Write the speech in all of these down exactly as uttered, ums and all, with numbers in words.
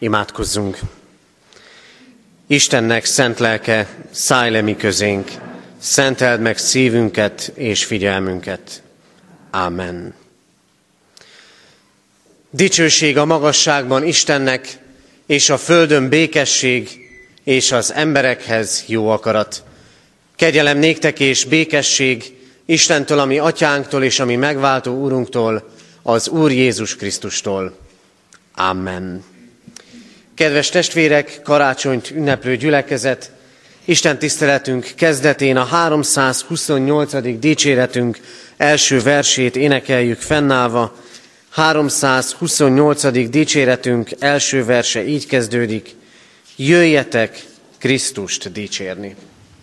Imádkozzunk! Istennek szent lelke, szállj le mi közénk, szenteld meg szívünket és figyelmünket. Ámen. Dicsőség a magasságban Istennek, és a földön békesség, és az emberekhez jó akarat. Kegyelem néktek és békesség Istentől, ami atyánktól és ami megváltó úrunktól, az Úr Jézus Krisztustól. Amen. Kedves testvérek, karácsonyt ünneplő gyülekezet, Isten tiszteletünk kezdetén a háromszázhuszonnyolcadik dicséretünk első versét énekeljük fennállva. háromszázhuszonnyolcadik dicséretünk első verse így kezdődik: Jöjjetek Krisztust dicsérni!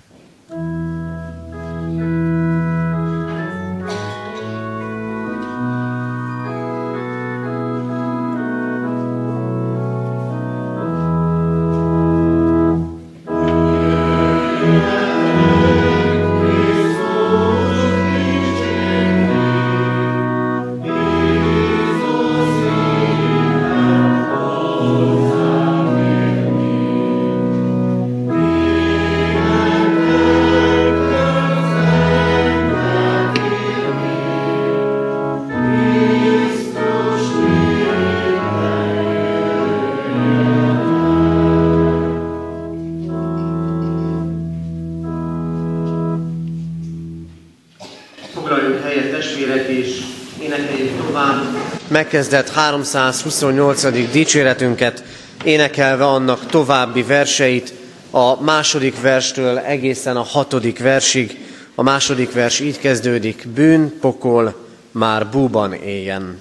Megkezdett háromszázhuszonnyolcadik dicséretünket, énekelve annak további verseit, a második verstől egészen a hatodik versig. A második vers így kezdődik: bűn, pokol, már búban éljen.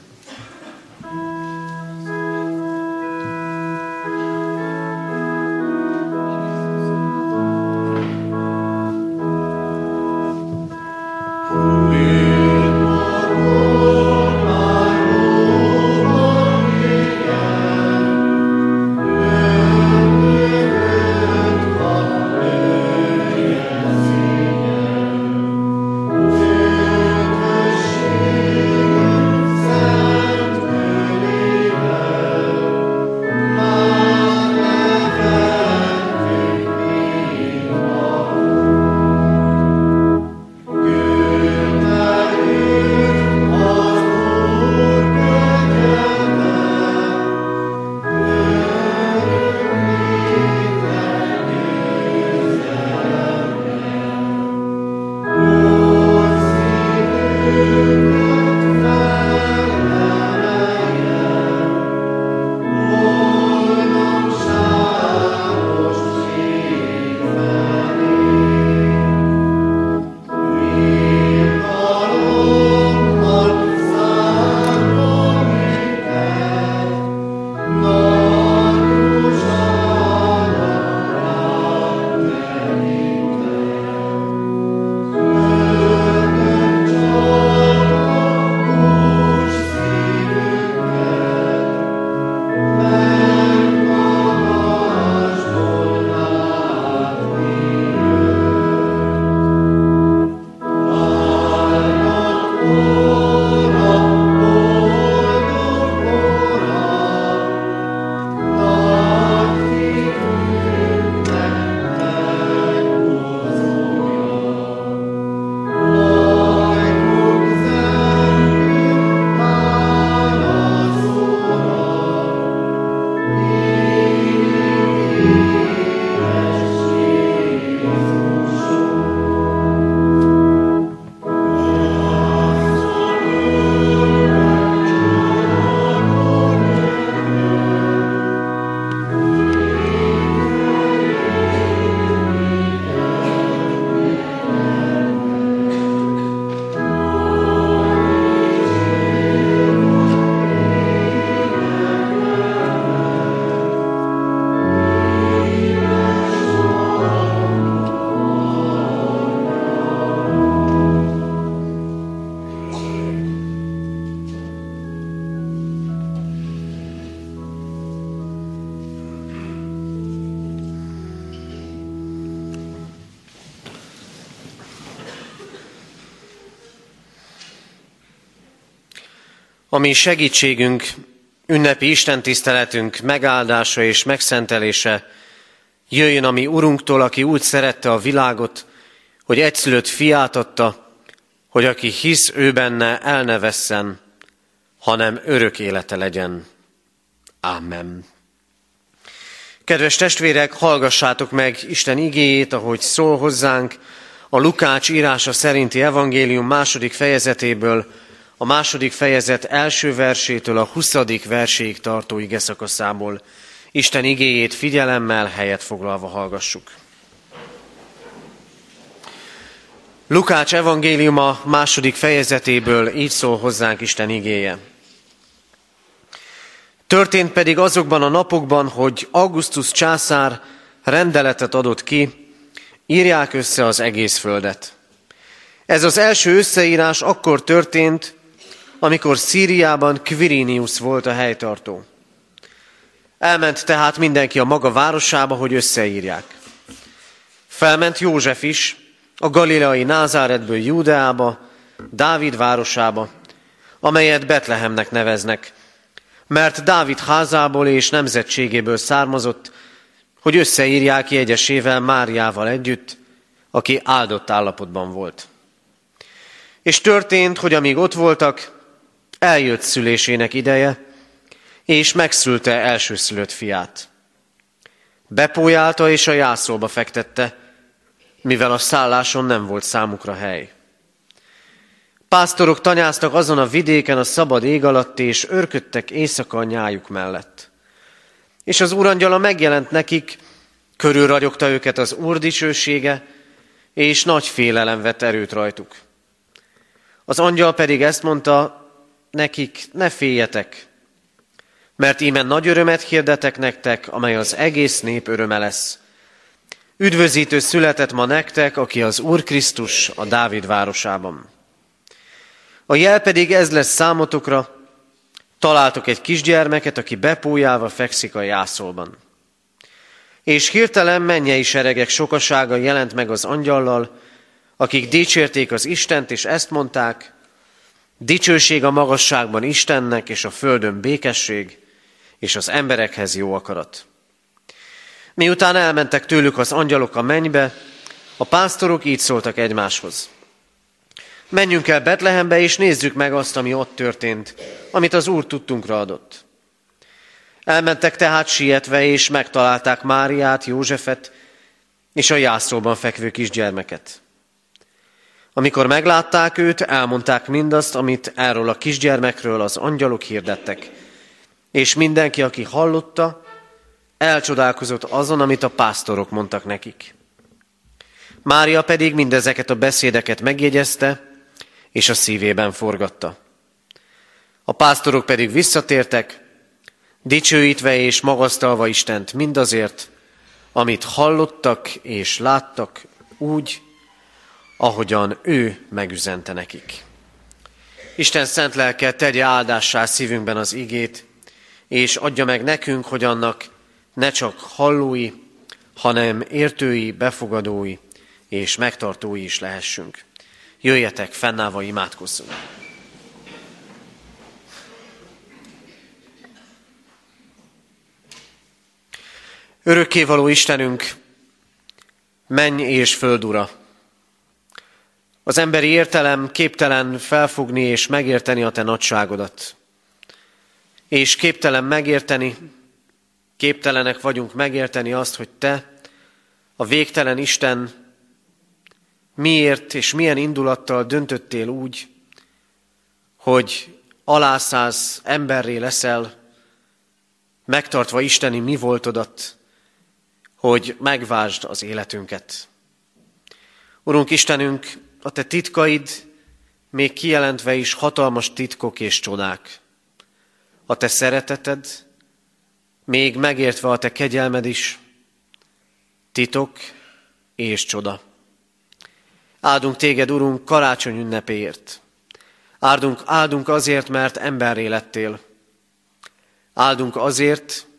A mi segítségünk ünnepi istentiszteletünk megáldása és megszentelése jöjjön a mi Urunktól, aki úgy szerette a világot, hogy egyszülött fiát adta, hogy aki hisz ő benne, el ne vesszen, hanem örök élete legyen. Amen. Kedves testvérek, hallgassátok meg Isten igéjét, ahogy szól hozzánk a Lukács írása szerinti evangélium második fejezetéből, a második fejezet első versétől a huszadik verséig tartó igeszakaszából. Isten igéjét figyelemmel, helyet foglalva hallgassuk. Lukács evangéliuma második fejezetéből így szól hozzánk Isten igéje. Történt pedig azokban a napokban, hogy Augustus császár rendeletet adott ki, írják össze az egész földet. Ez az első összeírás akkor történt, amikor Szíriában Quirinius volt a helytartó. Elment tehát mindenki a maga városába, hogy összeírják. Felment József is, a galileai Názáretből Júdeába, Dávid városába, amelyet Betlehemnek neveznek, mert Dávid házából és nemzetségéből származott, hogy összeírják jegyesével Máriával együtt, aki áldott állapotban volt. És történt, hogy amíg ott voltak, eljött szülésének ideje, és megszülte elsőszülött fiát. Bepójálta és a jászolba fektette, mivel a szálláson nem volt számukra hely. Pásztorok tanyáztak azon a vidéken a szabad ég alatt, és őrködtek éjszaka a nyájuk mellett. És az úrangyala megjelent nekik, körülragyogta őket az Úr dicsősége, és nagy félelem vett erőt rajtuk. Az angyal pedig ezt mondta nekik, ne féljetek, mert íme nagy örömet hirdetek nektek, amely az egész nép öröme lesz. Üdvözítő született ma nektek, aki az Úr Krisztus a Dávid városában. A jel pedig ez lesz számotokra, találtok egy kisgyermeket, aki bepójálva fekszik a jászolban. És hirtelen mennyei seregek sokasága jelent meg az angyallal, akik dicsérték az Istent, és ezt mondták, dicsőség a magasságban Istennek, és a földön békesség, és az emberekhez jó akarat. Miután elmentek tőlük az angyalok a mennybe, a pásztorok így szóltak egymáshoz. Menjünk el Betlehembe, és nézzük meg azt, ami ott történt, amit az Úr tudtunkra adott. Elmentek tehát sietve, és megtalálták Máriát, Józsefet, és a jászolban fekvő kisgyermeket. Amikor meglátták őt, elmondták mindazt, amit erről a kisgyermekről az angyalok hirdettek, és mindenki, aki hallotta, elcsodálkozott azon, amit a pásztorok mondtak nekik. Mária pedig mindezeket a beszédeket megjegyezte, és a szívében forgatta. A pásztorok pedig visszatértek, dicsőítve és magasztalva Istent mindazért, amit hallottak és láttak, úgy, ahogyan ő megüzente nekik. Isten szent lelke tegye áldássá szívünkben az igét, és adja meg nekünk, hogy annak ne csak hallói, hanem értői, befogadói és megtartói is lehessünk. Jöjjetek, fennállva imádkozzunk! Örökkévaló Istenünk, menny és föld ura! Az emberi értelem képtelen felfogni és megérteni a te nagyságodat. És képtelen megérteni, képtelenek vagyunk megérteni azt, hogy te, a végtelen Isten, miért és milyen indulattal döntöttél úgy, hogy alászállsz, emberré leszel, megtartva isteni mi voltodat, hogy megváltsd az életünket. Urunk Istenünk, a te titkaid még kijelentve is hatalmas titkok és csodák. A te szereteted, még megértve a te kegyelmed is, titok és csoda. Áldunk téged, Urunk, karácsony ünnepéért. Áldunk, áldunk azért, mert emberré lettél. Áldunk azért,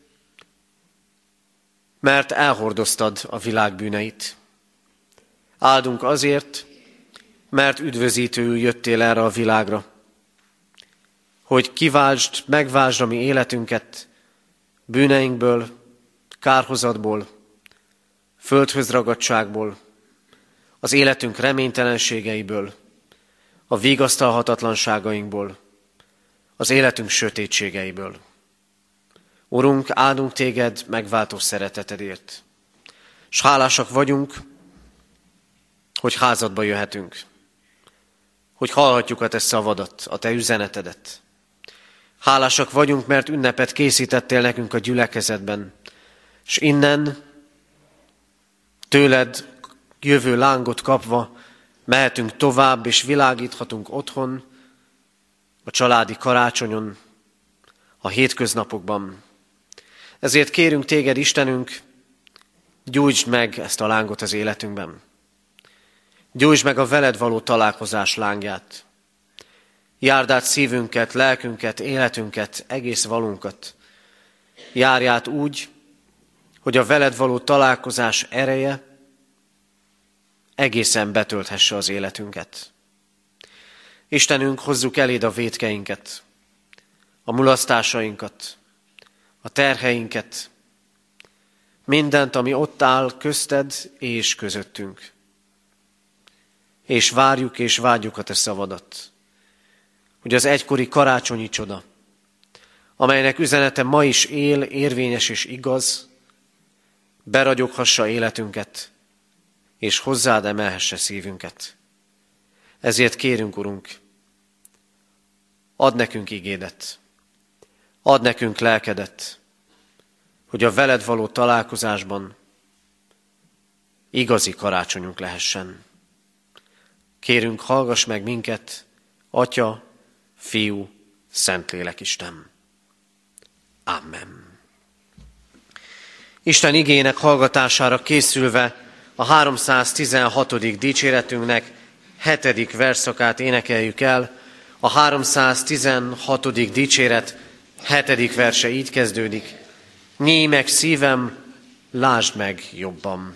mert elhordoztad a világ bűneit. Áldunk azért, mert üdvözítőül jöttél erre a világra, hogy kiváltsd, megváltsd a mi életünket bűneinkből, kárhozatból, földhöz ragadtságból, az életünk reménytelenségeiből, a vigasztalhatatlanságainkból, az életünk sötétségeiből. Urunk, áldunk téged megváltó szeretetedért, s hálásak vagyunk, hogy házadba jöhetünk, hogy hallhatjuk a te szavadat, a te üzenetedet. Hálásak vagyunk, mert ünnepet készítettél nekünk a gyülekezetben, és innen tőled jövő lángot kapva mehetünk tovább, és világíthatunk otthon, a családi karácsonyon, a hétköznapokban. Ezért kérünk téged, Istenünk, gyújtsd meg ezt a lángot az életünkben. Gyújtsd meg a veled való találkozás lángját. Járd át szívünket, lelkünket, életünket, egész valunkat. Járj át úgy, hogy a veled való találkozás ereje egészen betölthesse az életünket. Istenünk, hozzuk eléd a vétkeinket, a mulasztásainkat, a terheinket, mindent, ami ott áll közted és közöttünk. És várjuk és vágyjuk a te szavadat, hogy az egykori karácsonyi csoda, amelynek üzenete ma is él, érvényes és igaz, beragyoghassa életünket, és hozzád emelhesse szívünket. Ezért kérünk, Urunk, add nekünk igédet, add nekünk lelkedet, hogy a veled való találkozásban igazi karácsonyunk lehessen. Kérünk, hallgass meg minket, Atya, Fiú, Szentlélek Isten. Amen. Isten igének hallgatására készülve a háromszáztizenhatodik dicséretünknek hetedik versszakát énekeljük el. A háromszáztizenhatodik dicséret hetedik verse így kezdődik. Nyíj meg szívem, lásd meg jobban.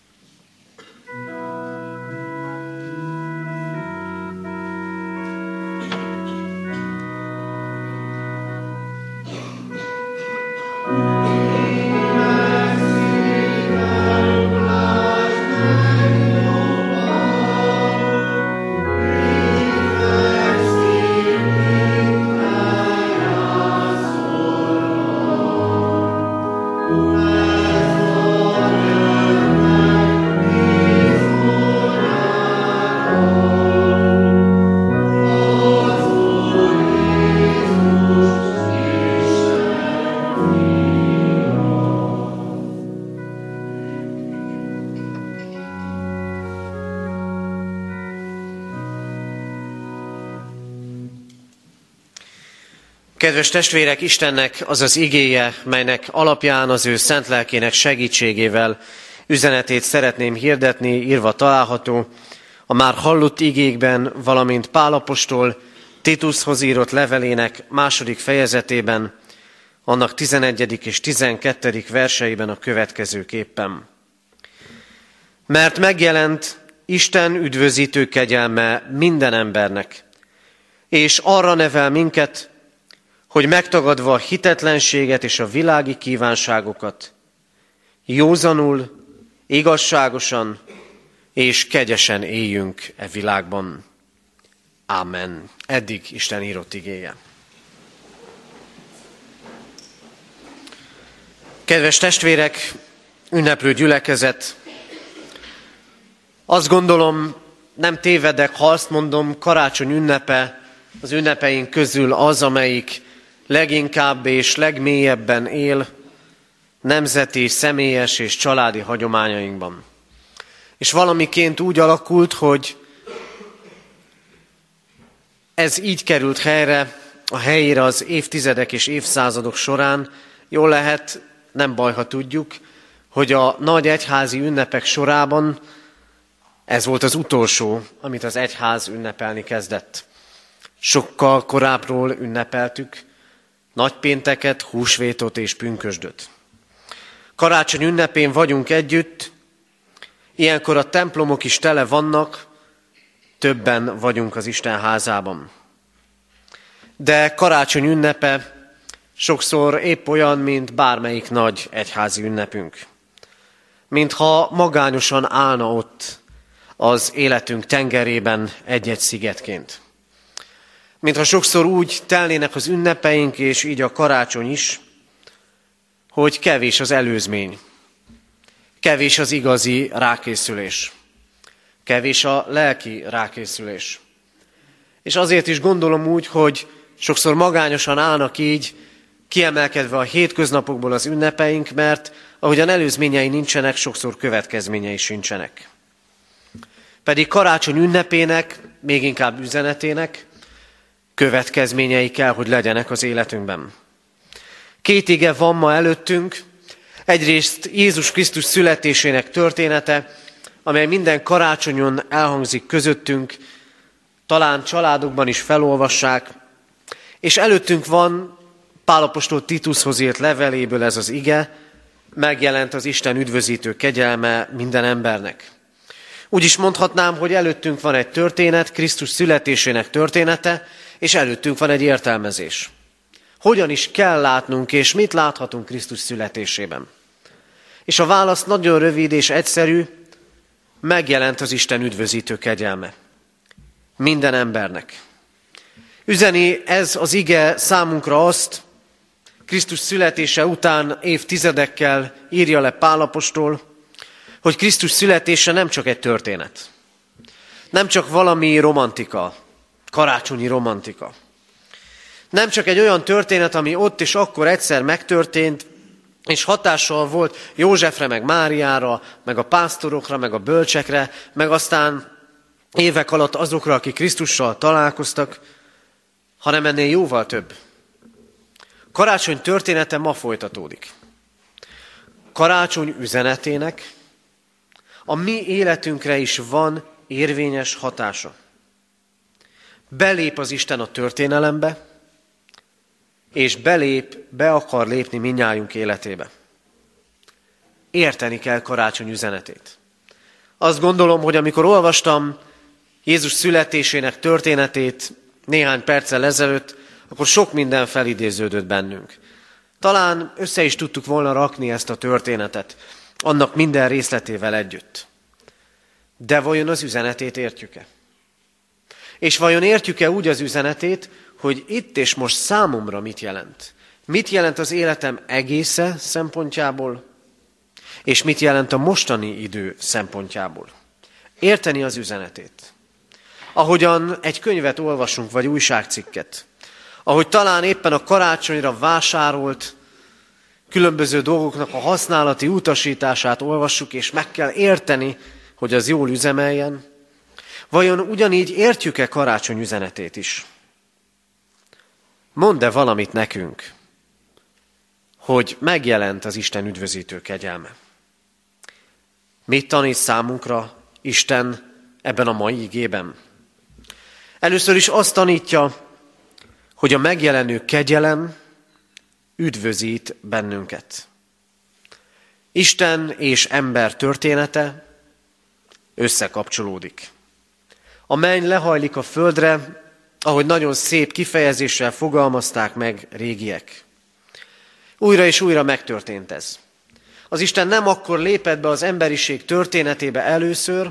Kedves testvérek, Istennek az az igéje, melynek alapján az ő szent lelkének segítségével üzenetét szeretném hirdetni, írva található a már hallott igékben, valamint Pál apostol Titushoz írott levelének második fejezetében, annak tizenegyedik és tizenkettedik verseiben a következőképpen. Mert megjelent Isten üdvözítő kegyelme minden embernek, és arra nevel minket, hogy megtagadva a hitetlenséget és a világi kívánságokat, józanul, igazságosan és kegyesen éljünk e világban. Amen. Eddig Isten írott igéje. Kedves testvérek, ünneplő gyülekezet, azt gondolom, nem tévedek, ha azt mondom, karácsony ünnepe az ünnepeink közül az, amelyik leginkább és legmélyebben él nemzeti, személyes és családi hagyományainkban. És valamiként úgy alakult, hogy ez így került helyre, a helyére az évtizedek és évszázadok során. Jól lehet, nem baj, ha tudjuk, hogy a nagy egyházi ünnepek sorában ez volt az utolsó, amit az egyház ünnepelni kezdett. Sokkal korábbról ünnepeltük nagypénteket, húsvétot és pünkösdöt. Karácsony ünnepén vagyunk együtt, ilyenkor a templomok is tele vannak, többen vagyunk az Isten házában. De karácsony ünnepe sokszor épp olyan, mint bármelyik nagy egyházi ünnepünk. Mintha magányosan állna ott az életünk tengerében egy-egy szigetként. Mintha sokszor úgy telnének az ünnepeink, és így a karácsony is, hogy kevés az előzmény, kevés az igazi rákészülés, kevés a lelki rákészülés. És azért is gondolom úgy, hogy sokszor magányosan állnak így, kiemelkedve a hétköznapokból az ünnepeink, mert ahogyan előzményei nincsenek, sokszor következményei sincsenek. Pedig karácsony ünnepének, még inkább üzenetének következményei kell, hogy legyenek az életünkben. Két ige van ma előttünk, egyrészt Jézus Krisztus születésének története, amely minden karácsonyon elhangzik közöttünk, talán családokban is felolvassák, és előttünk van Pál apostol Titushoz írt leveléből ez az ige, megjelent az Isten üdvözítő kegyelme minden embernek. Úgy is mondhatnám, hogy előttünk van egy történet, Krisztus születésének története, és előttünk van egy értelmezés. Hogyan is kell látnunk, és mit láthatunk Krisztus születésében? És a válasz nagyon rövid és egyszerű, megjelent az Isten üdvözítő kegyelme. Minden embernek. Üzeni ez az ige számunkra azt, Krisztus születése után évtizedekkel írja le Pál apostol, hogy Krisztus születése nem csak egy történet. Nem csak valami romantika, karácsonyi romantika. Nem csak egy olyan történet, ami ott és akkor egyszer megtörtént, és hatással volt Józsefre, meg Máriára, meg a pásztorokra, meg a bölcsekre, meg aztán évek alatt azokra, akik Krisztussal találkoztak, hanem ennél jóval több. Karácsony története ma folytatódik. Karácsony üzenetének a mi életünkre is van érvényes hatása. Belép az Isten a történelembe, és belép, be akar lépni mindnyájunk életébe. Érteni kell karácsony üzenetét. Azt gondolom, hogy amikor olvastam Jézus születésének történetét néhány perccel ezelőtt, akkor sok minden felidéződött bennünk. Talán össze is tudtuk volna rakni ezt a történetet, annak minden részletével együtt. De vajon az üzenetét értjük-e? És vajon értjük-e úgy az üzenetét, hogy itt és most számomra mit jelent? Mit jelent az életem egésze szempontjából, és mit jelent a mostani idő szempontjából? Érteni az üzenetét. Ahogyan egy könyvet olvasunk, vagy újságcikket, ahogy talán éppen a karácsonyra vásárolt különböző dolgoknak a használati utasítását olvassuk, és meg kell érteni, hogy az jól üzemeljen. Vajon ugyanígy értjük-e karácsony üzenetét is? Mondd-e valamit nekünk, hogy megjelent az Isten üdvözítő kegyelme? Mit tanít számunkra Isten ebben a mai igében? Először is azt tanítja, hogy a megjelenő kegyelem üdvözít bennünket. Isten és ember története összekapcsolódik. A menny lehajlik a földre, ahogy nagyon szép kifejezéssel fogalmazták meg régiek. Újra és újra megtörtént ez. Az Isten nem akkor lépett be az emberiség történetébe először,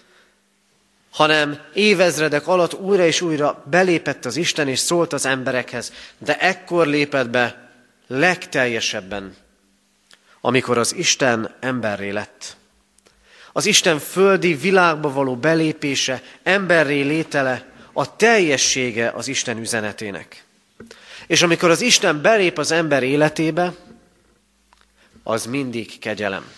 hanem évezredek alatt újra és újra belépett az Isten és szólt az emberekhez, de ekkor lépett be legteljesebben, amikor az Isten emberré lett. Az Isten földi világba való belépése, emberré létele, a teljessége az Isten üzenetének. És amikor az Isten belép az ember életébe, az mindig kegyelem.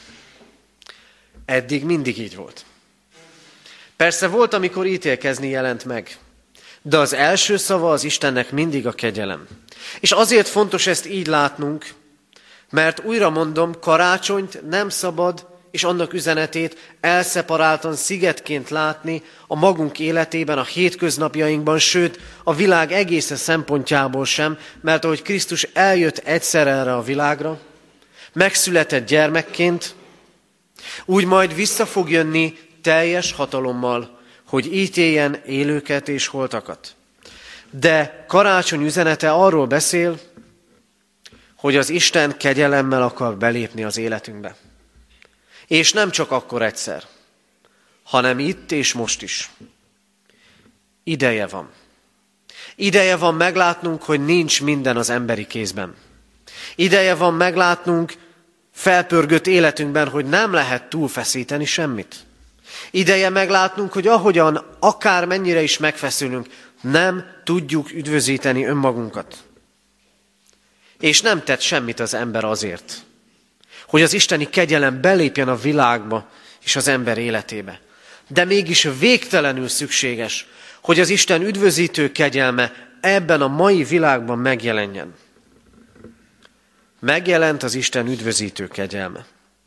Eddig mindig így volt. Persze volt, amikor ítélkezni jelent meg, de az első szava az Istennek mindig a kegyelem. És azért fontos ezt így látnunk, mert újra mondom, karácsonyt nem szabad, és annak üzenetét elszeparáltan szigetként látni a magunk életében, a hétköznapjainkban, sőt a világ egésze szempontjából sem, mert ahogy Krisztus eljött egyszer erre a világra, megszületett gyermekként, úgy majd vissza fog jönni teljes hatalommal, hogy ítéljen élőket és holtakat. De karácsony üzenete arról beszél, hogy az Isten kegyelemmel akar belépni az életünkbe. És nem csak akkor egyszer, hanem itt és most is. Ideje van. Ideje van meglátnunk, hogy nincs minden az emberi kézben. Ideje van meglátnunk felpörgött életünkben, hogy nem lehet túlfeszíteni semmit. Ideje meglátnunk, hogy ahogyan akár mennyire is megfeszülünk, nem tudjuk üdvözíteni önmagunkat. És nem tett semmit az ember azért, hogy az isteni kegyelem belépjen a világba és az ember életébe. De mégis végtelenül szükséges, hogy az Isten üdvözítő kegyelme ebben a mai világban megjelenjen. Megjelent az Isten üdvözítő kegyelme.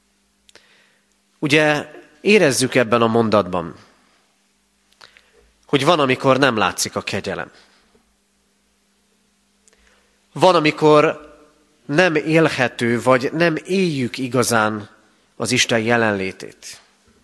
Ugye érezzük ebben a mondatban, hogy van, amikor nem látszik a kegyelem. Van, amikor nem élhető, vagy nem éljük igazán az Isten jelenlétét.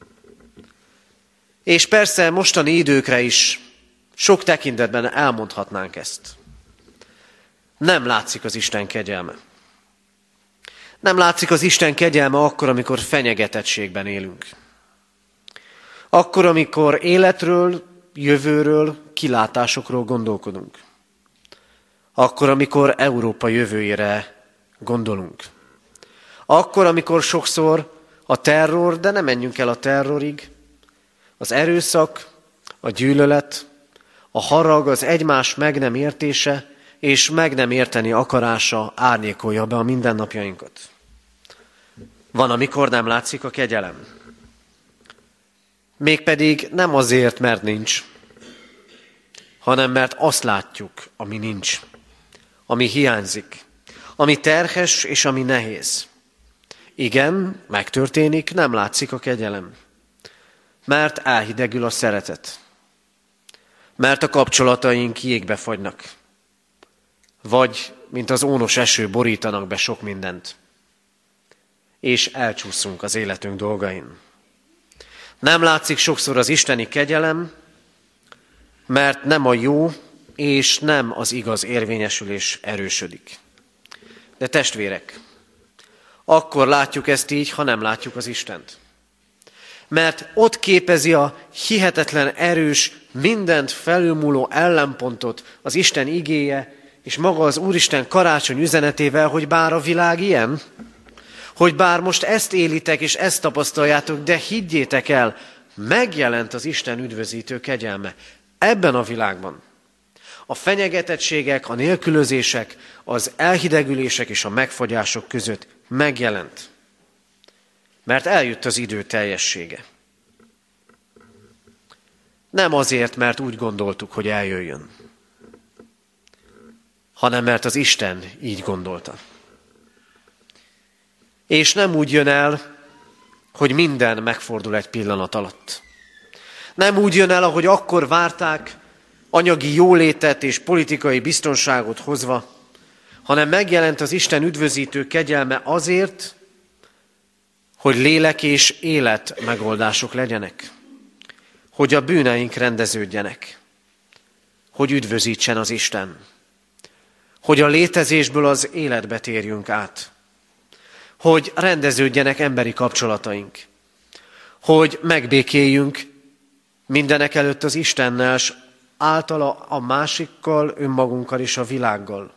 És persze mostani időkre is sok tekintetben elmondhatnánk ezt. Nem látszik az Isten kegyelme. Nem látszik az Isten kegyelme akkor, amikor fenyegetettségben élünk. Akkor, amikor életről, jövőről, kilátásokról gondolkodunk. Akkor, amikor Európa jövőjére gondolunk. Akkor, amikor sokszor a terror, de nem menjünk el a terrorig, az erőszak, a gyűlölet, a harag, az egymás meg nem értése és meg nem érteni akarása árnyékolja be a mindennapjainkat. Van, amikor nem látszik a kegyelem. Mégpedig nem azért, mert nincs, hanem mert azt látjuk, ami nincs, ami hiányzik, ami terhes és ami nehéz. Igen, megtörténik, nem látszik a kegyelem. Mert elhidegül a szeretet. Mert a kapcsolataink jégbe fagynak. Vagy, mint az ónos eső, borítanak be sok mindent. És elcsúszunk az életünk dolgain. Nem látszik sokszor az isteni kegyelem, mert nem a jó és nem az igaz érvényesülés erősödik. De testvérek, akkor látjuk ezt így, ha nem látjuk az Istent. Mert ott képezi a hihetetlen erős, mindent felülmúló ellenpontot az Isten igéje, és maga az Úristen karácsony üzenetével, hogy bár a világ ilyen, hogy bár most ezt élitek és ezt tapasztaljátok, de higgyétek el, megjelent az Isten üdvözítő kegyelme ebben a világban. A fenyegetettségek, a nélkülözések, az elhidegülések és a megfagyások között megjelent. Mert eljött az idő teljessége. Nem azért, mert úgy gondoltuk, hogy eljöjjön, hanem mert az Isten így gondolta. És nem úgy jön el, hogy minden megfordul egy pillanat alatt. Nem úgy jön el, ahogy akkor várták, anyagi jólétet és politikai biztonságot hozva, hanem megjelent az Isten üdvözítő kegyelme azért, hogy lélek és élet megoldások legyenek, hogy a bűneink rendeződjenek, hogy üdvözítsen az Isten, hogy a létezésből az életbe térjünk át, hogy rendeződjenek emberi kapcsolataink, hogy megbékéljünk mindenek előtt az Istennel, és általa a másikkal, önmagunkkal és a világgal.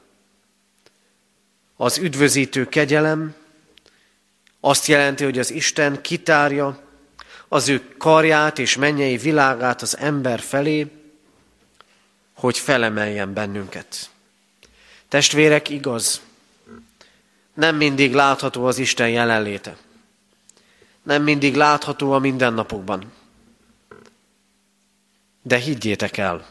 Az üdvözítő kegyelem azt jelenti, hogy az Isten kitárja az ő karját és mennyei világát az ember felé, hogy felemeljen bennünket. Testvérek, igaz, nem mindig látható az Isten jelenléte. Nem mindig látható a mindennapokban. De higgyétek el,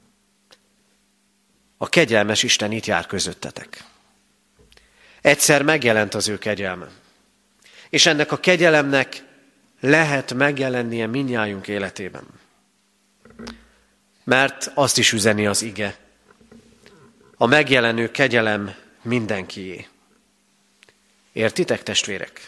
a kegyelmes Isten itt jár közöttetek. Egyszer megjelent az ő kegyelme. És ennek a kegyelemnek lehet megjelennie mindnyájunk életében. Mert azt is üzeni az ige. A megjelenő kegyelem mindenkié. Értitek, testvérek?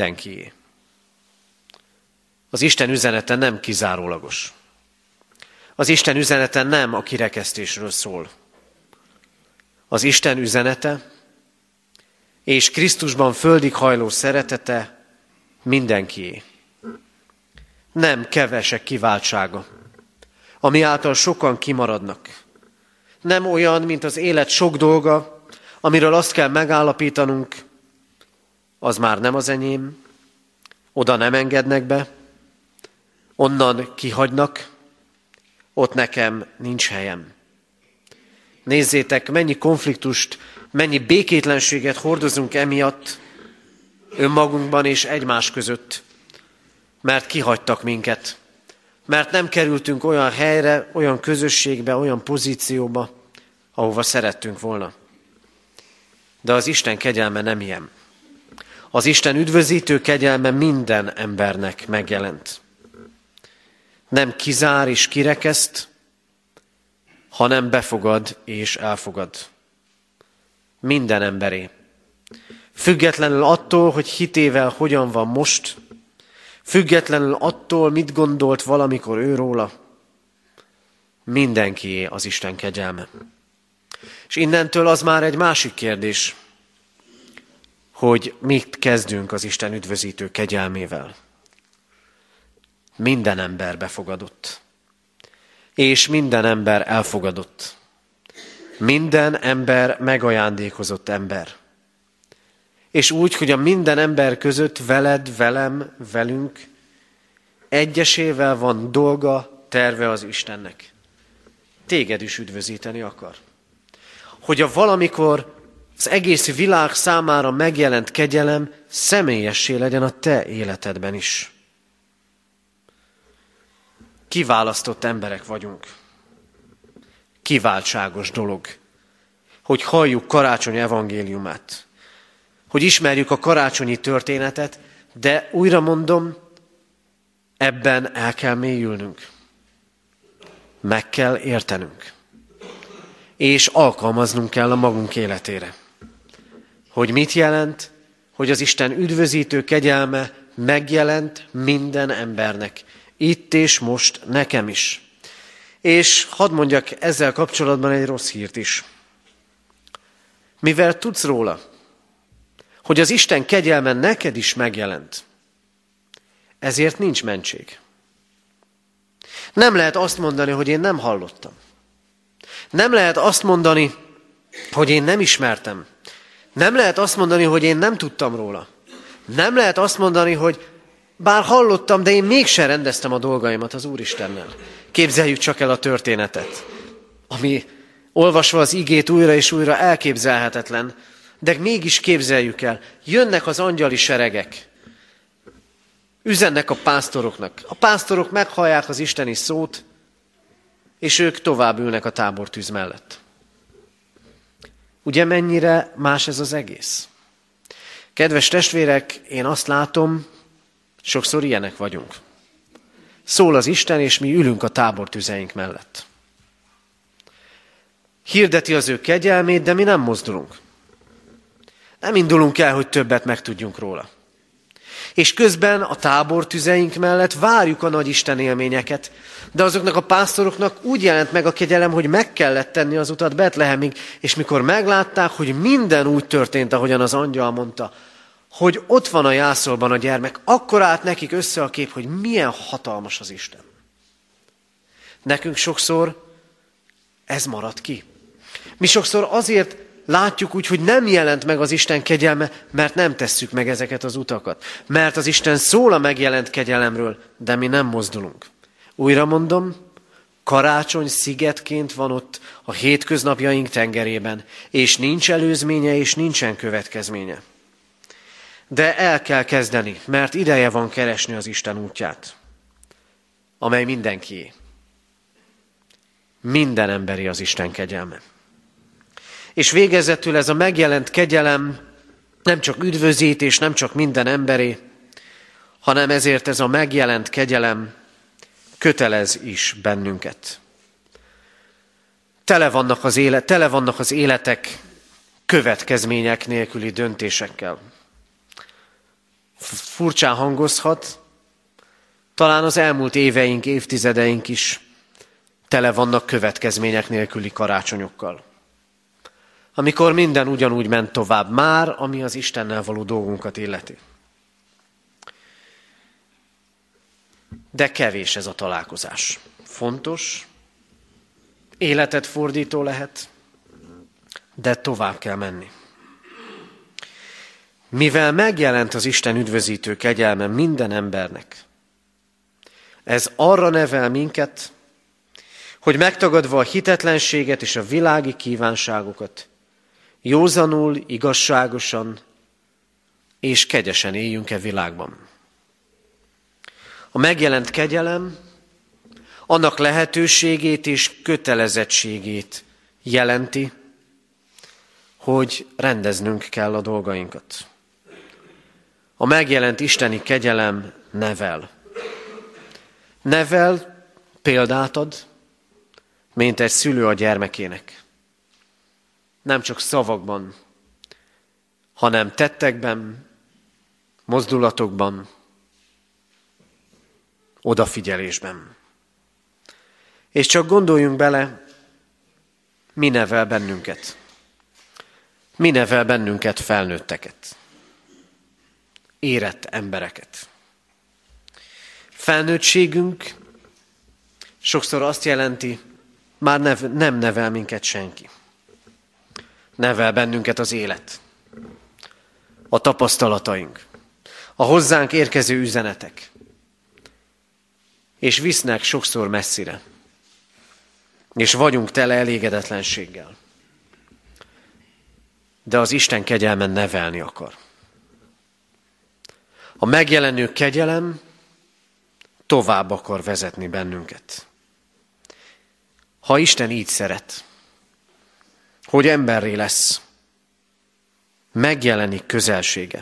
Mindenkié. Az Isten üzenete nem kizárólagos. Az Isten üzenete nem a kirekesztésről szól. Az Isten üzenete és Krisztusban földig hajló szeretete mindenkié. Nem kevesek kiváltsága, ami által sokan kimaradnak. Nem olyan, mint az élet sok dolga, amiről azt kell megállapítanunk, az már nem az enyém, oda nem engednek be, onnan kihagynak, ott nekem nincs helyem. Nézzétek, mennyi konfliktust, mennyi békétlenséget hordozunk emiatt önmagunkban és egymás között, mert kihagytak minket, mert nem kerültünk olyan helyre, olyan közösségbe, olyan pozícióba, ahova szerettünk volna. De az Isten kegyelme nem ilyen. Az Isten üdvözítő kegyelme minden embernek megjelent. Nem kizár és kirekeszt, hanem befogad és elfogad. Minden emberé. Függetlenül attól, hogy hitével hogyan van most, függetlenül attól, mit gondolt valamikor ő róla, mindenkié az Isten kegyelme. És innentől az már egy másik kérdés, hogy mit kezdünk az Isten üdvözítő kegyelmével. Minden ember befogadott, és minden ember elfogadott. Minden ember megajándékozott ember. És úgy, hogy a minden ember között veled, velem, velünk egyesével van dolga, terve az Istennek. Téged is üdvözíteni akar. Hogy a valamikor az egész világ számára megjelent kegyelem személyessé legyen a te életedben is. Kiválasztott emberek vagyunk. Kiváltságos dolog, hogy halljuk karácsony evangéliumát, hogy ismerjük a karácsonyi történetet, de újra mondom, ebben el kell mélyülnünk. Meg kell értenünk. És alkalmaznunk kell a magunk életére. Hogy mit jelent, hogy az Isten üdvözítő kegyelme megjelent minden embernek. Itt és most nekem is. És hadd mondjak ezzel kapcsolatban egy rossz hírt is. Mivel tudsz róla, hogy az Isten kegyelme neked is megjelent, ezért nincs mentség. Nem lehet azt mondani, hogy én nem hallottam. Nem lehet azt mondani, hogy én nem ismertem. Nem lehet azt mondani, hogy én nem tudtam róla. Nem lehet azt mondani, hogy bár hallottam, de én mégsem rendeztem a dolgaimat az Úristennel. Képzeljük csak el a történetet, ami olvasva az igét újra és újra elképzelhetetlen, de mégis képzeljük el. Jönnek az angyali seregek, üzennek a pásztoroknak. A pásztorok meghallják az isteni szót, és ők tovább ülnek a tábortűz mellett. Ugye mennyire más ez az egész? Kedves testvérek, én azt látom, sokszor ilyenek vagyunk. Szól az Isten, és mi ülünk a tábortüzeink mellett. Hirdeti az ő kegyelmét, de mi nem mozdulunk. Nem indulunk el, hogy többet megtudjunk róla. És közben a tábortüzeink mellett várjuk a nagy Isten élményeket, de azoknak a pásztoroknak úgy jelent meg a kegyelem, hogy meg kellett tenni az utat Betlehemig, és mikor meglátták, hogy minden úgy történt, ahogyan az angyal mondta, hogy ott van a jászolban a gyermek, akkor állt nekik össze a kép, hogy milyen hatalmas az Isten. Nekünk sokszor ez marad ki. Mi sokszor azért látjuk úgy, hogy nem jelent meg az Isten kegyelme, mert nem tesszük meg ezeket az utakat. Mert az Isten szól a megjelent kegyelemről, de mi nem mozdulunk. Újra mondom, karácsony szigetként van ott a hétköznapjaink tengerében, és nincs előzménye, és nincsen következménye. De el kell kezdeni, mert ideje van keresni az Isten útját, amely mindenkié. Minden emberi az Isten kegyelme. És végezetül ez a megjelent kegyelem nem csak üdvözítés, nem csak minden emberé, hanem ezért ez a megjelent kegyelem kötelez is bennünket. Tele vannak az, élet, tele vannak az életek következmények nélküli döntésekkel. Furcsán hangozhat, talán az elmúlt éveink, évtizedeink is tele vannak következmények nélküli karácsonyokkal. Amikor minden ugyanúgy ment tovább már, ami az Istennel való dolgunkat illeti. De kevés ez a találkozás. Fontos, életet fordító lehet, de tovább kell menni. Mivel megjelent az Isten üdvözítő kegyelme minden embernek, ez arra nevel minket, hogy megtagadva a hitetlenséget és a világi kívánságokat, józanul, igazságosan és kegyesen éljünk e világban. A megjelent kegyelem annak lehetőségét és kötelezettségét jelenti, hogy rendeznünk kell a dolgainkat. A megjelent isteni kegyelem nevel. Nevel, példát ad, mint egy szülő a gyermekének. Nem csak szavakban, hanem tettekben, mozdulatokban, odafigyelésben. És csak gondoljunk bele, mi nevel bennünket. Mi nevel bennünket felnőtteket. Érett embereket. Felnőttségünk sokszor azt jelenti, már nev, nem nevel minket senki. Nevel bennünket az élet, a tapasztalataink, a hozzánk érkező üzenetek, és visznek sokszor messzire, és vagyunk tele elégedetlenséggel. De az Isten kegyelmen nevelni akar. A megjelenő kegyelem tovább akar vezetni bennünket. Ha Isten így szeret, hogy emberré lesz, megjelenik közelsége,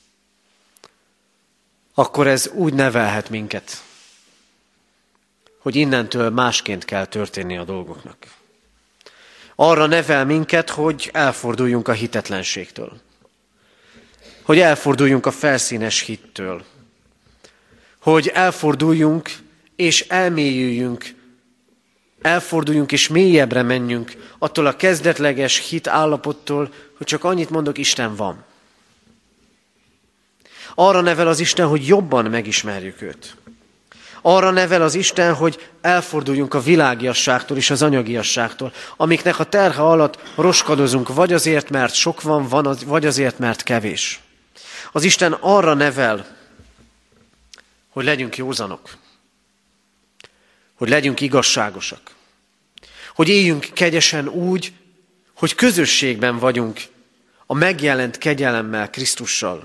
akkor ez úgy nevelhet minket, hogy innentől másként kell történni a dolgoknak. Arra nevel minket, hogy elforduljunk a hitetlenségtől. Hogy elforduljunk a felszínes hittől. Hogy elforduljunk és elmélyüljünk, elforduljunk és mélyebbre menjünk attól a kezdetleges hit állapottól, hogy csak annyit mondok, Isten van. Arra nevel az Isten, hogy jobban megismerjük őt. Arra nevel az Isten, hogy elforduljunk a világiasságtól és az anyagiasságtól, amiknek a terhe alatt roskadozunk, vagy azért, mert sok van, van az, vagy azért, mert kevés. Az Isten arra nevel, hogy legyünk józanok, hogy legyünk igazságosak, hogy éljünk kegyesen úgy, hogy közösségben vagyunk a megjelent kegyelemmel, Krisztussal,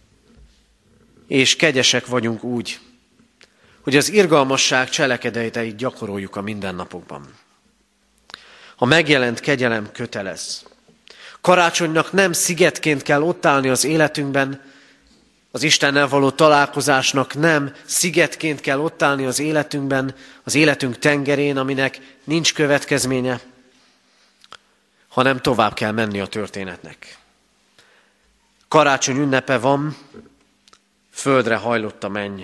és kegyesek vagyunk úgy, hogy az irgalmasság cselekedeteit gyakoroljuk a mindennapokban. A megjelent kegyelem kötelez. Karácsonynak nem szigetként kell ott állni az életünkben, az Istennel való találkozásnak nem szigetként kell ott állni az életünkben, az életünk tengerén, aminek nincs következménye, hanem tovább kell menni a történetnek. Karácsony ünnepe van, földre hajlott a menny.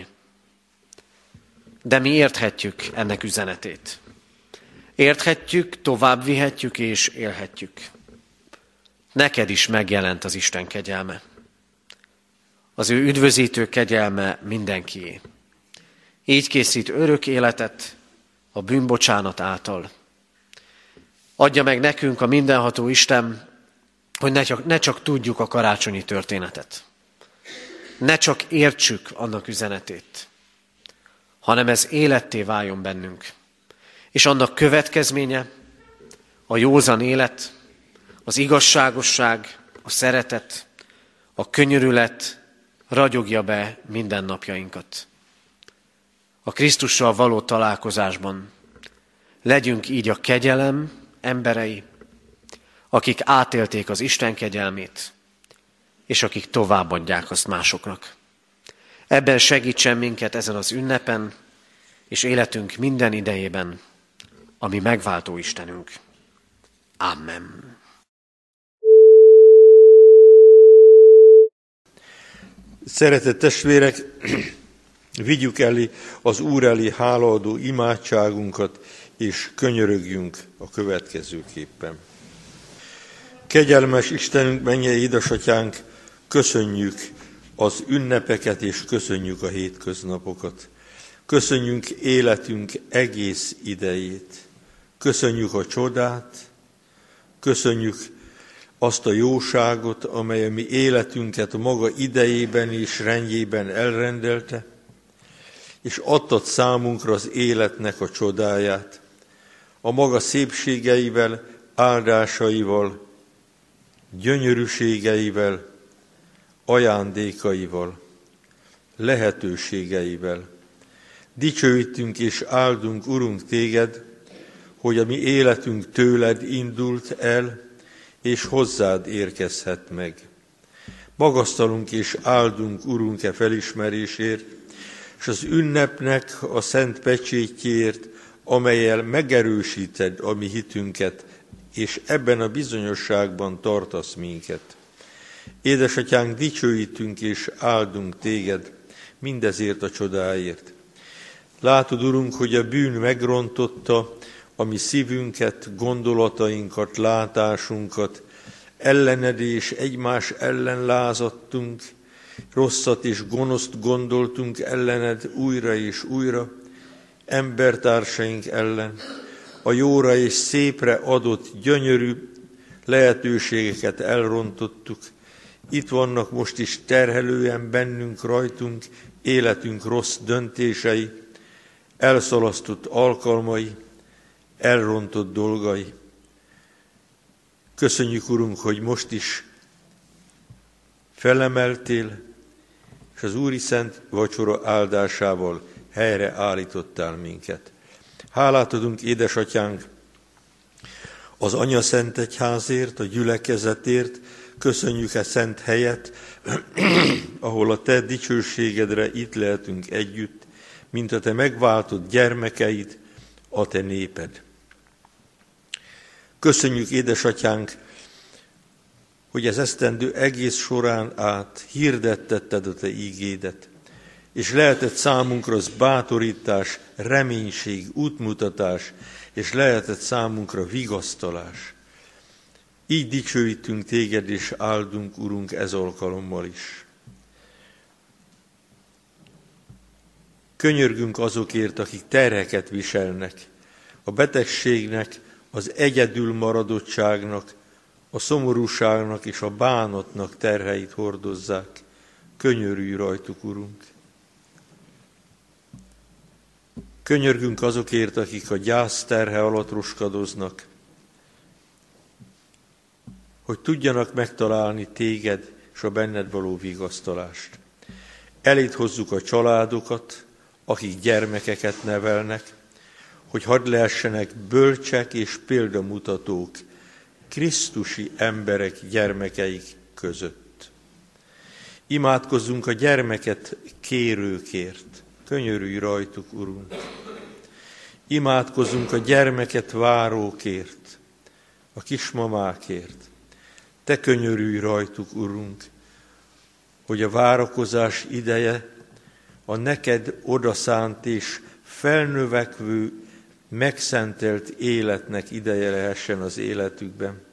De mi érthetjük ennek üzenetét. Érthetjük, tovább vihetjük és élhetjük. Neked is megjelent az Isten kegyelme. Az ő üdvözítő kegyelme mindenkié. Így készít örök életet a bűnbocsánat által. Adja meg nekünk a mindenható Isten, hogy ne csak, ne csak tudjuk a karácsonyi történetet. Ne csak értsük annak üzenetét, hanem ez életté váljon bennünk. És annak következménye a józan élet, az igazságosság, a szeretet, a könyörület ragyogja be mindennapjainkat. A Krisztussal való találkozásban legyünk így a kegyelem emberei, akik átélték az Isten kegyelmét, és akik továbbadják azt másoknak. Ebben segítsen minket ezen az ünnepen, és életünk minden idejében, ami megváltó Istenünk. Amen. Szeretett testvérek, Vigyük elé az Úr elé hálaadó imádságunkat, és könyörögjünk a következőképpen. Kegyelmes Istenünk, mennyei édesatyánk, köszönjük az ünnepeket, és köszönjük a hétköznapokat. Köszönjük életünk egész idejét. Köszönjük a csodát, köszönjük azt a jóságot, amely a mi életünket a maga idejében és rendjében elrendelte, és adtad számunkra az életnek a csodáját, a maga szépségeivel, áldásaival, gyönyörűségeivel, ajándékaival, lehetőségeivel. Dicsőítünk és áldunk, Urunk, téged, hogy a mi életünk tőled indult el, és hozzád érkezhet meg. Magasztalunk és áldunk, Urunk, e felismerésért, és az ünnepnek a szent pecsétjéért, amellyel megerősíted a mi hitünket, és ebben a bizonyosságban tartasz minket. Édesatyánk, dicsőítünk és áldunk téged mindezért a csodáért. Látod, Urunk, hogy a bűn megrontotta a mi szívünket, gondolatainkat, látásunkat, ellened és egymás ellen lázadtunk, rosszat és gonoszt gondoltunk ellened újra és újra, embertársaink ellen, a jóra és szépre adott gyönyörű lehetőségeket elrontottuk. Itt vannak most is terhelően bennünk, rajtunk, életünk rossz döntései, elszalasztott alkalmai, elrontott dolgai. Köszönjük, Urunk, hogy most is felemeltél, és az Úri Szent Vacsora áldásával helyre állítottál minket. Hálát adunk, édesatyánk, az Anya Szent Egyházért, a gyülekezetért, köszönjük e szent helyet, ahol a te dicsőségedre itt lehetünk együtt, mint a te megváltott gyermekeid, a te néped. Köszönjük, édesatyánk, hogy ez esztendő egész során át hirdettetted a te ígédet, és lehetett számunkra az bátorítás, reménység, útmutatás, és lehetett számunkra vigasztalás. Így dicsőítünk téged, és áldunk, Urunk, ez alkalommal is. Könyörgünk azokért, akik terheket viselnek, a betegségnek, az egyedül maradottságnak, a szomorúságnak és a bánatnak terheit hordozzák. Könyörülj rajtuk, Urunk! Könyörgünk azokért, akik a gyász terhe alatt roskadoznak, hogy tudjanak megtalálni téged és a benned való vigasztalást. Eléd hozzuk a családokat, akik gyermekeket nevelnek, hogy hadd lehessenek bölcsek és példamutatók krisztusi emberek gyermekeik között. Imádkozzunk a gyermeket kérőkért, könyörülj rajtuk, Urunk! Imádkozzunk a gyermeket várókért, a kismamákért. Te könyörülj rajtuk, Urunk, hogy a várakozás ideje a neked odaszánt és felnövekvő, megszentelt életnek ideje lehessen az életükben.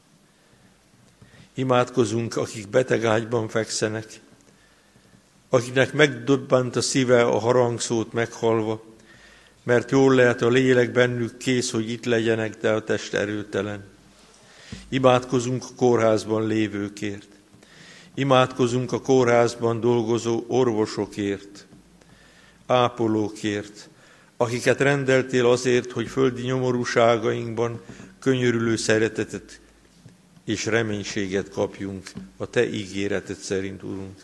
Imádkozunk, akik betegágyban fekszenek, akiknek megdobbant a szíve a harangszót meghallva, mert jól lehet a lélek bennük kész, hogy itt legyenek, de a test erőtelen. Imádkozunk a kórházban lévőkért. Imádkozunk a kórházban dolgozó orvosokért, ápolókért, akiket rendeltél azért, hogy földi nyomorúságainkban könyörülő szeretetet és reménységet kapjunk a te ígéreted szerint, Urunk.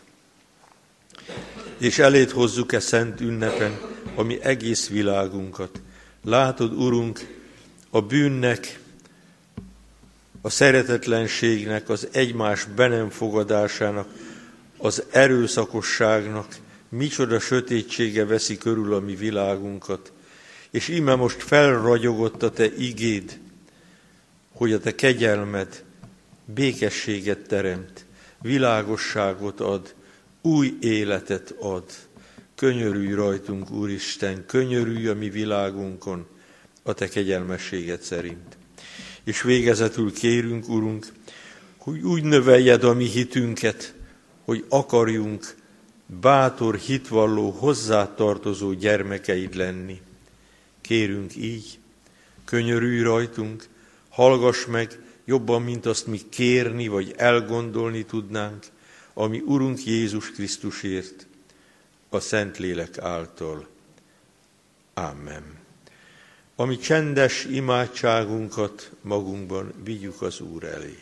És eléd hozzuk-e szent ünnepen a mi egész világunkat. Látod, Urunk, a bűnnek, a szeretetlenségnek, az egymás be nem fogadásának, az erőszakosságnak micsoda sötétsége veszi körül a mi világunkat. És íme most felragyogott a te igéd, hogy a te kegyelmed békességet teremt, világosságot ad, új életet ad. könyörülj rajtunk, Úristen, könyörülj a mi világunkon, a te kegyelmességed szerint. És végezetül kérünk, Urunk, hogy úgy növeljed a mi hitünket, hogy akarjunk bátor, hitvalló, hozzátartozó gyermekeid lenni. Kérünk így, könyörülj rajtunk, hallgass meg jobban, mint azt mi kérni vagy elgondolni tudnánk, ami Urunk Jézus Krisztusért, a Szentlélek által. Amen. Ami csendes imádságunkat magunkban vigyük az Úr elé.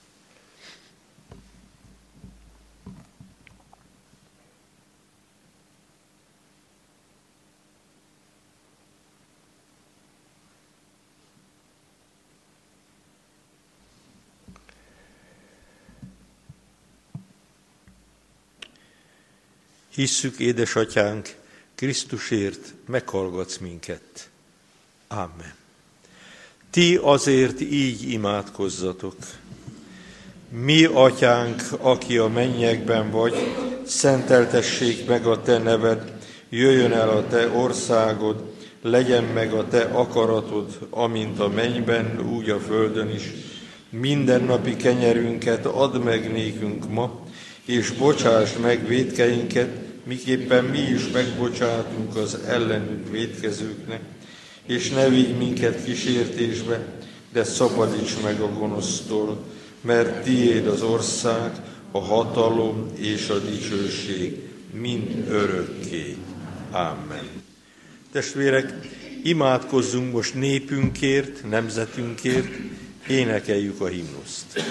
Hisszük, édesatyánk, Krisztusért meghallgatsz minket. Amen. Ti azért így imádkozzatok. Mi, atyánk, aki a mennyekben vagy, szenteltessék meg a te neved, jöjjön el a te országod, legyen meg a te akaratod, amint a mennyben, úgy a földön is. Mindennapi kenyerünket add meg nékünk ma, és bocsásd meg vétkeinket, miképpen mi is megbocsátunk az ellenünk vétkezőknek, és ne vigy minket kísértésbe, de szabadíts meg a gonosztól, mert tiéd az ország, a hatalom és a dicsőség mind örökké. Amen. Testvérek, imádkozzunk most népünkért, nemzetünkért, énekeljük a himnuszt.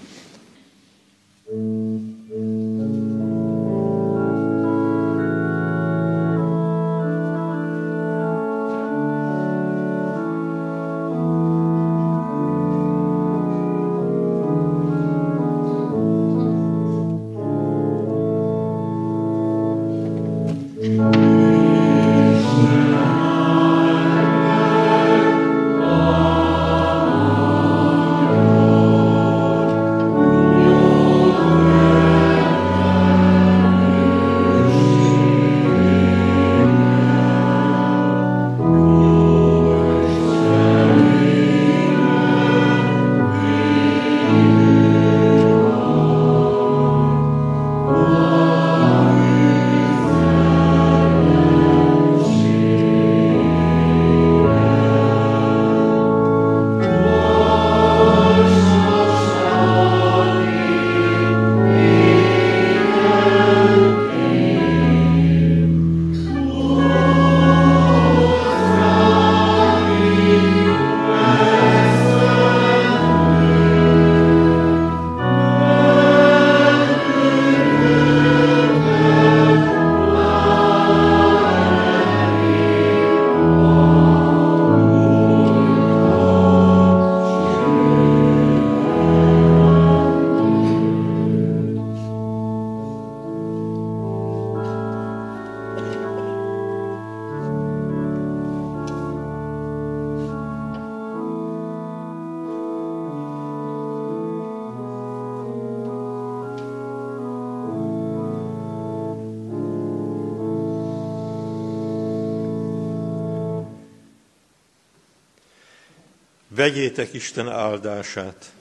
Vegyétek Isten áldását.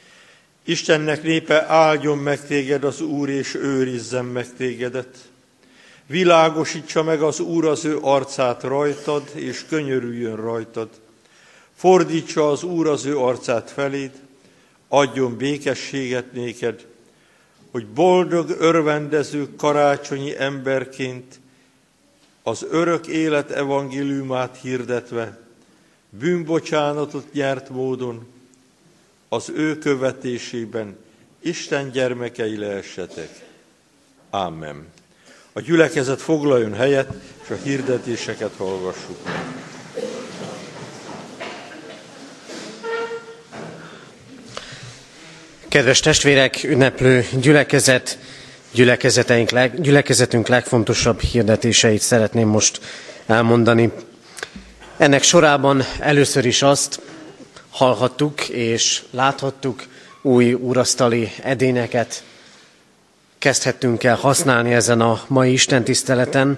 Istennek népe, áldjon meg téged az Úr, és őrizzen meg tégedet. Világosítsa meg az Úr az ő arcát rajtad, és könyörüljön rajtad. Fordítsa az Úr az ő arcát feléd, adjon békességet néked, hogy boldog, örvendező karácsonyi emberként az örök élet evangéliumát hirdetve, bűnbocsánatot nyert módon az ő követésében Isten gyermekei lehessetek. Amen. A gyülekezet foglaljon helyet, és a hirdetéseket hallgassuk meg. Kedves testvérek, ünneplő gyülekezet, gyülekezeteink, gyülekezetünk legfontosabb hirdetéseit szeretném most elmondani. Ennek sorában először is azt hallhattuk és láthattuk, új úrasztali edényeket kezdhettünk el használni ezen a mai istentiszteleten.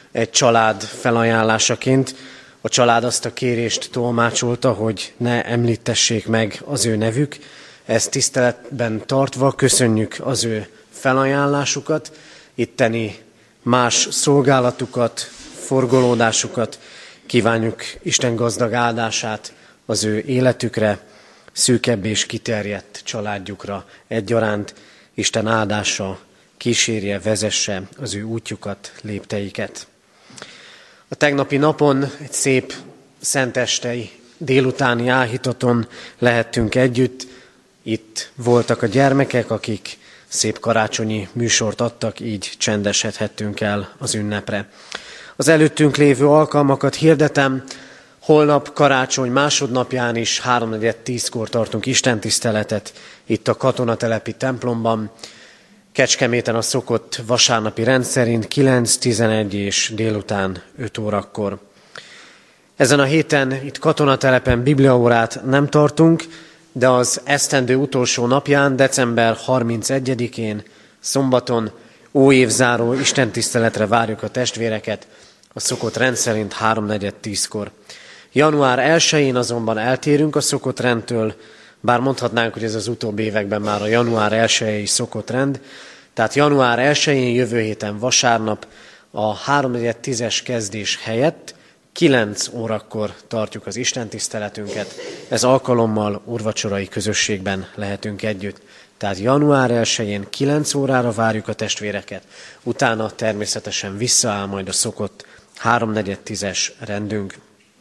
egy család felajánlásaként. A család azt a kérést tolmácsolta, hogy ne említessék meg az ő nevük. Ezt tiszteletben tartva köszönjük az ő felajánlásukat, itteni más szolgálatukat, forgolódásukat, kívánjuk Isten gazdag áldását az ő életükre, szűkebb és kiterjedt családjukra egyaránt. Isten áldása kísérje, vezesse az ő útjukat, lépteiket. A tegnapi napon egy szép szentestei délutáni áhítaton lehettünk együtt. Itt voltak a gyermekek, akik szép karácsonyi műsort adtak, így csendesedhettünk el az ünnepre. Az előttünk lévő alkalmakat hirdetem. Holnap karácsony másodnapján is háromnegyed tízkor tartunk istentiszteletet itt a katonatelepi templomban. Kecskeméten a szokott vasárnapi rendszerint kilenc, tizenegy és délután öt órakor. Ezen a héten itt katonatelepen bibliaórát nem tartunk, de az esztendő utolsó napján, december harmincegyedikén, szombaton, óévzáró istentiszteletre várjuk a testvéreket, a szokott rendszerint háromnegyed tízkor. január elsején azonban eltérünk a szokott rendtől, bár mondhatnánk, hogy ez az utóbbi években már a január elsejei szokott rend. Tehát január elsején, jövő héten vasárnap a háromnegyed tízes kezdés helyett kilenc órakor tartjuk az istentiszteletünket. Ez alkalommal úrvacsorai közösségben lehetünk együtt. Tehát január elsején kilenc órára várjuk a testvéreket, utána természetesen visszaáll majd a szokott háromnegyed tízes rendünk.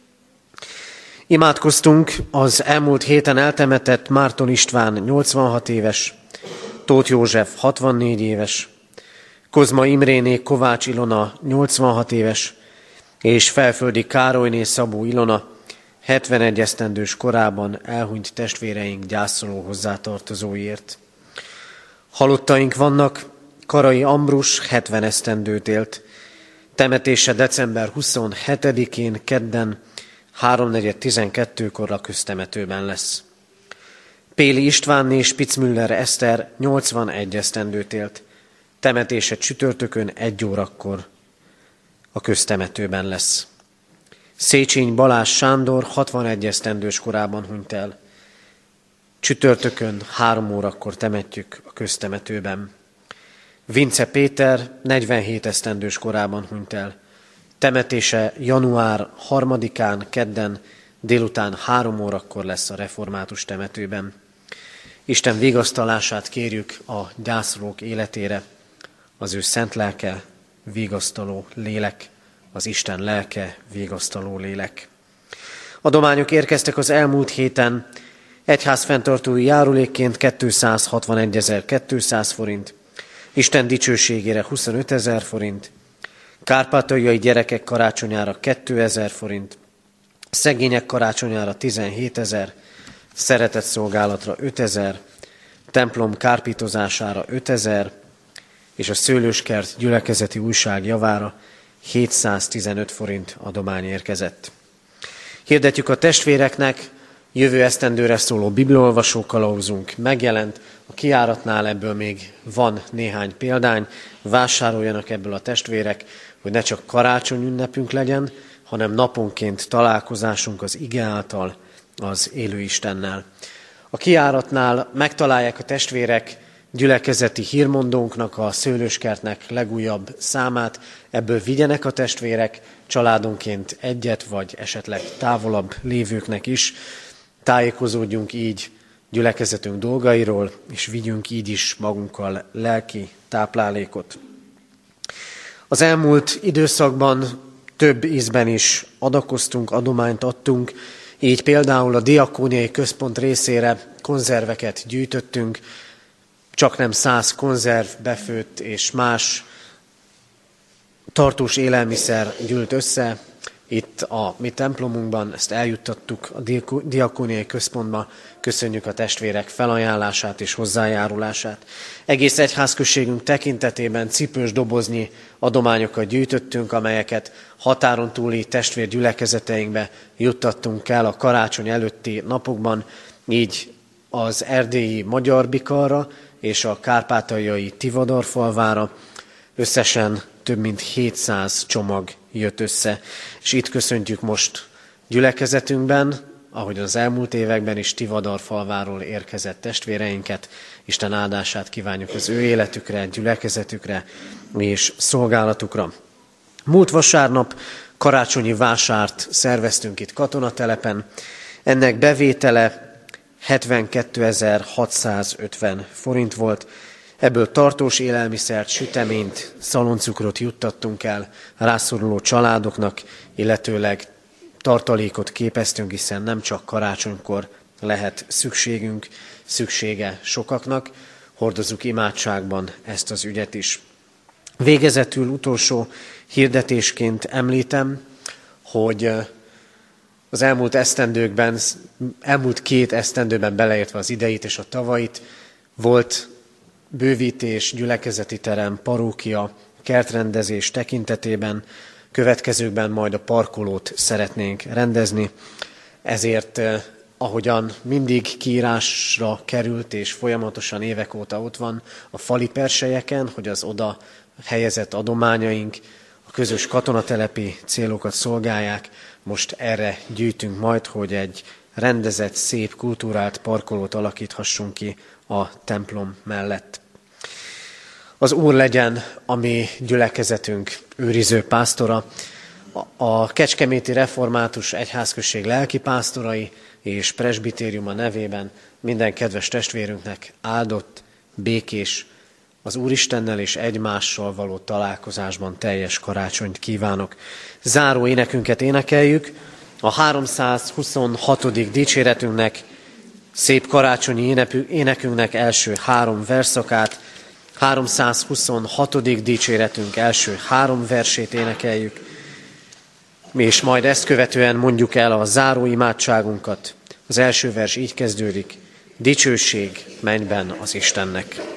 Imádkoztunk az elmúlt héten eltemetett Márton István nyolcvanhat éves, Tóth József hatvannégy éves, Kozma Imréné Kovács Ilona nyolcvanhat éves, és Felföldi Károlyné Szabó Ilona hetvenegy esztendős korában elhunyt testvéreink gyászoló hozzátartozóiért. Halottaink vannak, Karai Ambrus hetven esztendőt élt, temetése december huszonhetedikén kedden háromnegyed tizenkettőkor a köztemetőben lesz. Péli Istvánné Spitzmüller Eszter nyolcvanegy esztendőt élt, temetése csütörtökön egy órakor a köztemetőben lesz. Széchenyi Balázs Sándor hatvanegy esztendős korában hunyt el, csütörtökön három órakor temetjük a köztemetőben. Vince Péter negyvenhét esztendős korában hunyt el, temetése január harmadikán kedden délután három órakor lesz a református temetőben. Isten vigasztalását kérjük a gyászolók életére, az ő szent lelke, vigasztaló lélek, az Isten lelke, vigasztaló lélek. Adományok érkeztek az elmúlt héten, egyházfenntartói járulékként kétszázhatvanegyezer-kétszáz forint, Isten dicsőségére huszonötezer forint, kárpátaljai gyerekek karácsonyára kétezer forint, szegények karácsonyára tizenhétezer, szeretett szolgálatra ötezer, templom kárpítozására ötezer, és a Szőlőskert gyülekezeti újság javára hétszáztizenöt forint adomány érkezett. Hirdetjük a testvéreknek, jövő esztendőre szóló bibliaolvasó kalauzunk megjelent, a kijáratnál ebből még van néhány példány, vásároljanak ebből a testvérek, hogy ne csak karácsony ünnepünk legyen, hanem naponként találkozásunk az ige által, az élő Istennel. A kijáratnál megtalálják a testvérek gyülekezeti hírmondónknak, a Szőlőskertnek legújabb számát, ebből vigyenek a testvérek családonként egyet, vagy esetleg távolabb lévőknek is. Tájékozódjunk így gyülekezetünk dolgairól, és vigyünk így is magunkkal lelki táplálékot. Az elmúlt időszakban több ízben is adakoztunk, adományt adtunk, így például a diakóniai központ részére konzerveket gyűjtöttünk, csak nem száz konzerv, befőtt és más tartós élelmiszer gyűlt össze. Itt a mi templomunkban ezt eljuttattuk a diakóniai központba. Köszönjük a testvérek felajánlását és hozzájárulását. Egész egyházközségünk tekintetében cipős doboznyi adományokat gyűjtöttünk, amelyeket határon túli testvérgyülekezeteinkbe juttattunk el a karácsony előtti napokban, így az erdélyi Magyar Bikarra és a kárpátaljai Tivadar falvára összesen több mint hétszáz csomag jött össze. És itt köszöntjük most gyülekezetünkben, ahogy az elmúlt években is Tivadar falváról érkezett testvéreinket. Isten áldását kívánjuk az ő életükre, gyülekezetükre és szolgálatukra. Múlt vasárnap karácsonyi vásárt szerveztünk itt katonatelepen. Ennek bevétele hetvenkétezer-hatszázötven forint volt. Ebből tartós élelmiszert, süteményt, szaloncukrot juttattunk el rászoruló családoknak, illetőleg tartalékot képeztünk, hiszen nem csak karácsonykor lehet szükségünk, szüksége sokaknak. Hordozzuk imádságban ezt az ügyet is. Végezetül utolsó hirdetésként említem, hogy az elmúlt esztendőkben, elmúlt két esztendőben beleértve az ideit és a tavait volt bővítés, gyülekezeti terem, parókia, kertrendezés tekintetében, következőkben majd a parkolót szeretnénk rendezni. Ezért, ahogyan mindig kiírásra került és folyamatosan évek óta ott van a fali perselyeken, hogy az oda helyezett adományaink a közös katonatelepi célokat szolgálják, most erre gyűjtünk majd, hogy egy rendezett, szép, kultúrált parkolót alakíthassunk ki a templom mellett. Az Úr legyen a mi gyülekezetünk őriző pásztora, a Kecskeméti Református Egyházközség lelkipásztorai és presbitériuma nevében minden kedves testvérünknek áldott, békés, az Úristennel és egymással való találkozásban teljes karácsonyt kívánok. Záró énekünket énekeljük, a háromszázhuszonhatodik dicséretünknek, szép karácsonyi énekünknek első három verszakát, háromszázhuszonhatodik dicséretünk első három versét énekeljük, és majd ezt követően mondjuk el a záró imádságunkat. Az első vers így kezdődik: dicsőség mennyben az Istennek.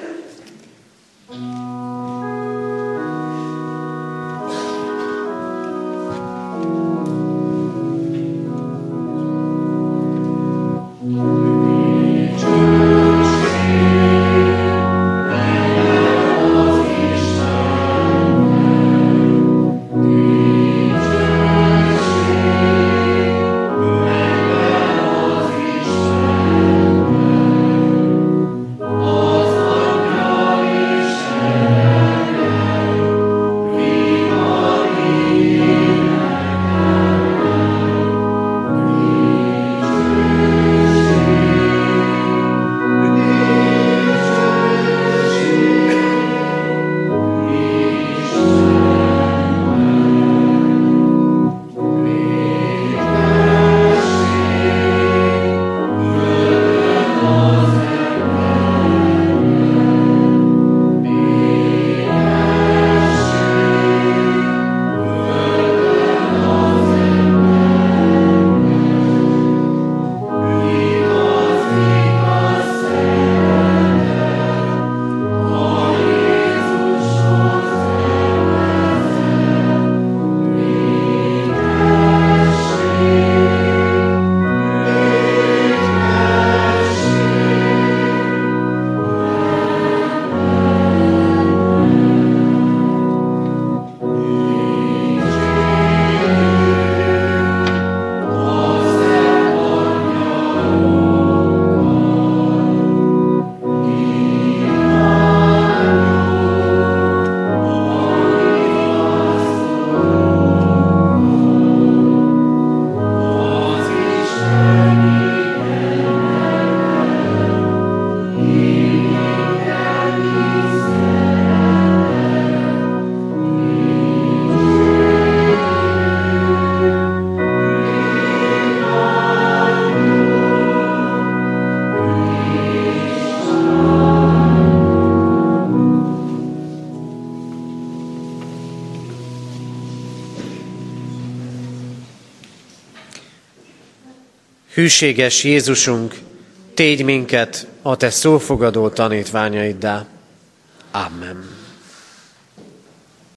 Hűséges Jézusunk, tégy minket a te szófogadó tanítványaiddá. Amen.